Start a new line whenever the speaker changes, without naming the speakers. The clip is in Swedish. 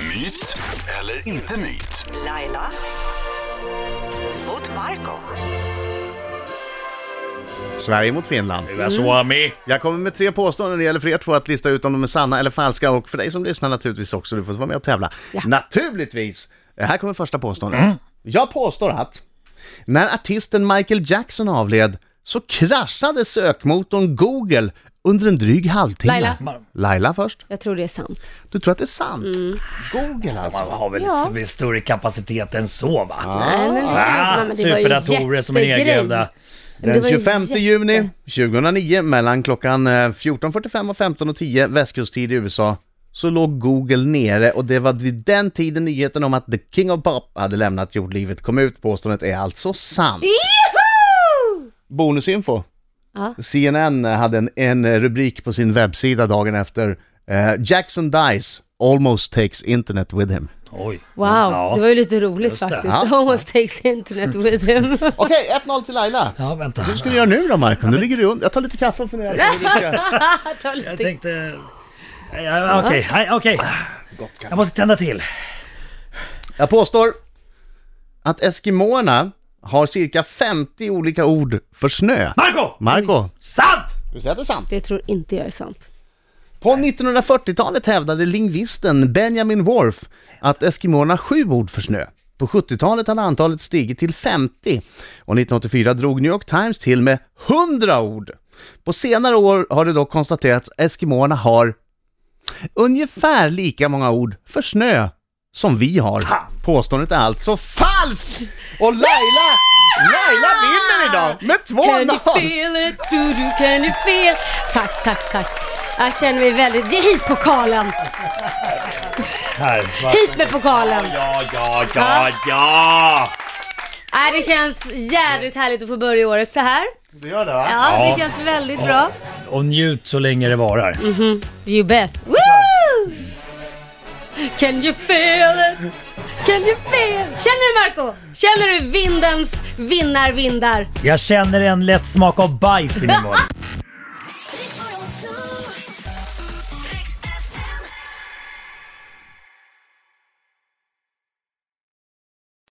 Myt eller inte myt?
Laila mot Marco.
Sverige mot Finland. Jag kommer med 3 påståenden. Det gäller för er två att lista ut om de är sanna eller falska. Och för dig som lyssnar naturligtvis också. Du får vara med och tävla. Ja. Naturligtvis. Här kommer första påståendet. Jag påstår att när artisten Michael Jackson avled så kraschade sökmotorn Google under en dryg halvtimme. Laila först.
Jag tror det är sant.
Du tror att det är sant? Google alltså.
Man har väl större kapacitet än så, va?
Nej, men det känns som att det var ju
superdatorer som är nedgrävda.
Den 25 juni 2009 mellan klockan 14.45 och 15.10 västkusttid i USA så låg Google nere och det var vid den tiden nyheten om att The King of Pop hade lämnat jordlivet kom ut. Påståendet är alltså sant.
Juhu!
Bonusinfo. CNN hade en rubrik på sin webbsida dagen efter Jackson dies, almost takes internet with him.
Oj.
Wow, det var ju lite roligt faktiskt. Almost takes internet with him.
Okej, 1-0 till Laila.
Ja, vänta.
Hur ska du göra nu då, Marco? Nu ligger du under. Jag tar lite kaffe och funderar.
Jag tänkte... Okej. Jag måste tända till.
Jag påstår att eskimoerna har cirka 50 olika ord för snö. Marco!
Sant!
Du säger att det är sant?
Det tror inte jag är sant.
På 1940-talet hävdade lingvisten Benjamin Whorf att eskimoerna har 7 ord för snö. På 70-talet hade antalet stigit till 50 och 1984 drog New York Times till med 100 ord. På senare år har det dock konstaterats att eskimoerna har ungefär lika många ord för snö som vi har. Påståendet är alltså falskt! Och Laila vinner idag med 2-0!
Can you feel it? Can you feel? Tack. Jag känner mig väldigt... Ge hit pokalen! Hit med pokalen! Ja! Det känns jävligt härligt att få börja året så här.
Det gör det, va?
Ja, det känns väldigt bra.
Och njut så länge det varar.
You bet. Woo! Can you feel it? Can you feel? Känner du, Marco? Känner du vindens vindar?
Jag känner en lätt smak av bajs i min mun.